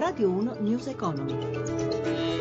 Radio 1 News Economy.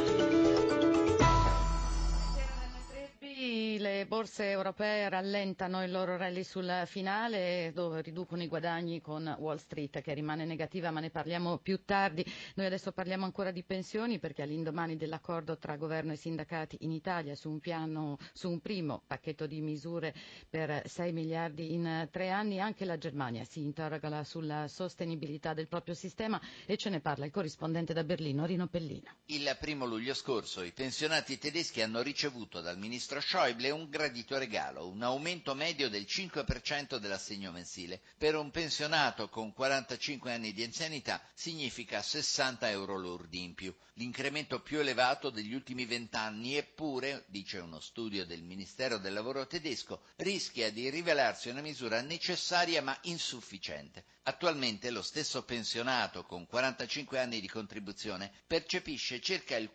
Le borse europee rallentano il loro rally sul finale, dove riducono i guadagni con Wall Street che rimane negativa, ma ne parliamo più tardi. Noi adesso parliamo ancora di pensioni, perché all'indomani dell'accordo tra governo e sindacati in Italia su un primo pacchetto di misure per 6 miliardi in 3 anni, anche la Germania si interroga sulla sostenibilità del proprio sistema e ce ne parla il corrispondente da Berlino, Rino Pellino. Il 1° luglio scorso i pensionati tedeschi hanno ricevuto dal ministro Schäuble un gradito regalo, un aumento medio del 5% dell'assegno mensile. Per un pensionato con 45 anni di anzianità significa 60 euro lordi in più, l'incremento più elevato degli ultimi 20 anni, eppure, dice uno studio del Ministero del Lavoro tedesco, rischia di rivelarsi una misura necessaria ma insufficiente. Attualmente lo stesso pensionato con 45 anni di contribuzione percepisce circa il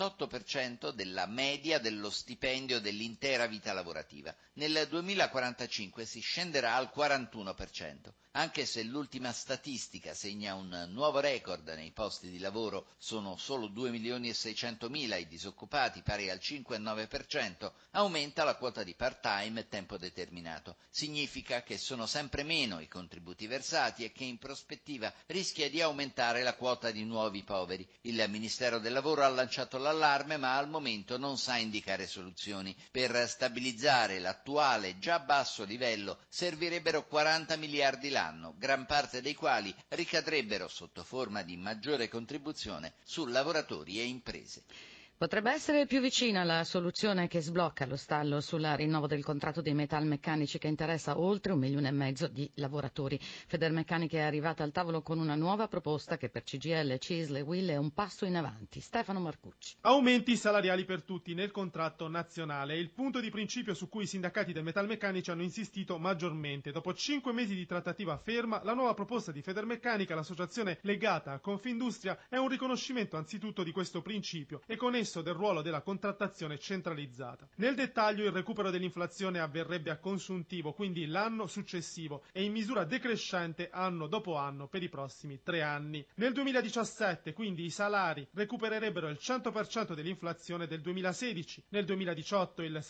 48% della media dello stipendio dell'intera vita lavorativa. Nel 2045 si scenderà al 41%. Anche se l'ultima statistica segna un nuovo record nei posti di lavoro, sono solo 2.600.000 i disoccupati, pari al 5,9%, aumenta la quota di part-time e tempo determinato. Significa che sono sempre meno i contributi versati e che in prospettiva rischia di aumentare la quota di nuovi poveri. Il Ministero del Lavoro ha lanciato l'allarme, ma al momento non sa indicare soluzioni. Per stabilizzare l'attuale già basso livello servirebbero 40 miliardi l'anno, gran parte dei quali ricadrebbero sotto forma di maggiore contribuzione su lavoratori e imprese. Potrebbe essere più vicina la soluzione che sblocca lo stallo sul rinnovo del contratto dei metalmeccanici che interessa oltre 1,5 milioni di lavoratori. Federmeccanica è arrivata al tavolo con una nuova proposta che per CGIL, CISL e UIL è un passo in avanti. Stefano Marcucci. Aumenti salariali per tutti nel contratto nazionale è il punto di principio su cui i sindacati dei metalmeccanici hanno insistito maggiormente. Dopo 5 mesi di trattativa ferma, la nuova proposta di Federmeccanica, l'associazione legata a Confindustria, è un riconoscimento anzitutto di questo principio e con esso del ruolo della contrattazione centralizzata. Nel dettaglio il recupero dell'inflazione avverrebbe a consuntivo, quindi l'anno successivo, e in misura decrescente anno dopo anno per i prossimi 3 anni. Nel 2017 quindi i salari recupererebbero il 100% dell'inflazione del 2016, nel 2018 il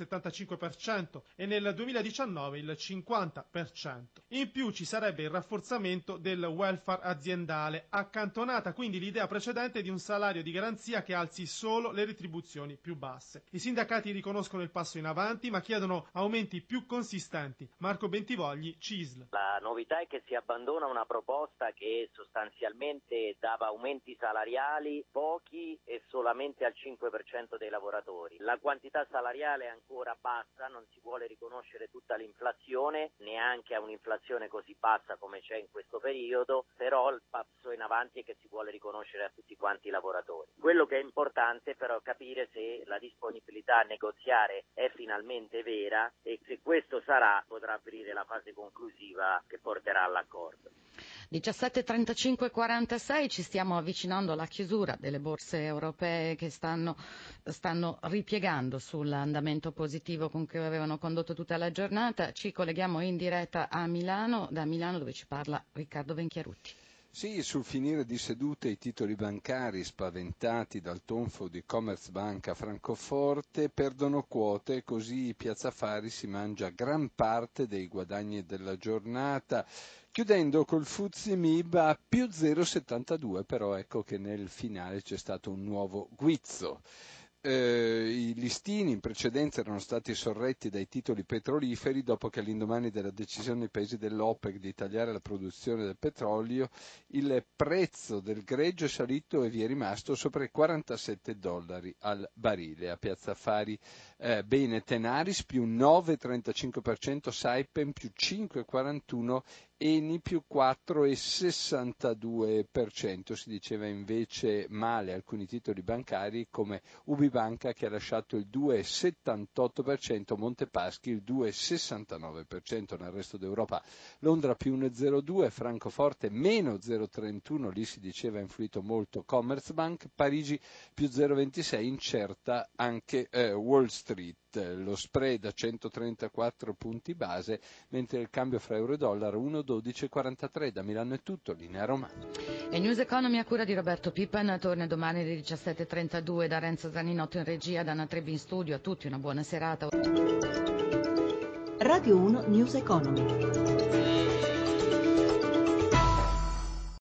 75% e nel 2019 il 50%. In più ci sarebbe il rafforzamento del welfare aziendale, accantonata quindi l'idea precedente di un salario di garanzia che alzi solo le retribuzioni più basse. I sindacati riconoscono il passo in avanti ma chiedono aumenti più consistenti. Marco Bentivogli, CISL. La novità è che si abbandona una proposta che sostanzialmente dava aumenti salariali pochi e solamente al 5% dei lavoratori. La quantità salariale è ancora bassa, non si vuole riconoscere tutta l'inflazione, neanche a un'inflazione così bassa come c'è in questo periodo, però il passo in avanti è che si vuole riconoscere a tutti quanti i lavoratori. Quello che è importante però capire se la disponibilità a negoziare è finalmente vera e se questo sarà potrà aprire la fase conclusiva che porterà all'accordo. 17:35:46 ci stiamo avvicinando alla chiusura delle borse europee che stanno ripiegando sull'andamento positivo con cui avevano condotto tutta la giornata. Ci colleghiamo in diretta a Milano, da Milano dove ci parla Riccardo Venchiarutti. Sì, sul finire di sedute i titoli bancari spaventati dal tonfo di Commerzbank a Francoforte perdono quote e così Piazza Affari si mangia gran parte dei guadagni della giornata, chiudendo col FTSE MIB a più 0,72, però ecco che nel finale c'è stato un nuovo guizzo. I listini in precedenza erano stati sorretti dai titoli petroliferi dopo che all'indomani della decisione dei paesi dell'OPEC di tagliare la produzione del petrolio il prezzo del greggio è salito e vi è rimasto sopra i $47 al barile. A Piazza Affari bene Tenaris più 9,35%, Saipem più 5,41%, Eni più 4,62%. Si diceva invece male alcuni titoli bancari come Ubibanca che ha lasciato il 2,78%, Montepaschi il 2,69%. Nel resto d'Europa Londra più 1,02%, Francoforte meno 0,31%, lì si diceva influito molto Commerzbank, Parigi più 0,26%, incerta anche Wall Street. Wall-Street, lo spread a 134 punti base, mentre il cambio fra euro e dollaro 1,1243. Da Milano è tutto, linea Roma. E News Economy a cura di Roberto Pippan torna domani alle 17.32 da Renzo Zaninotto in regia, da Anna Trebbi in studio. A tutti una buona serata. Radio 1 News Economy.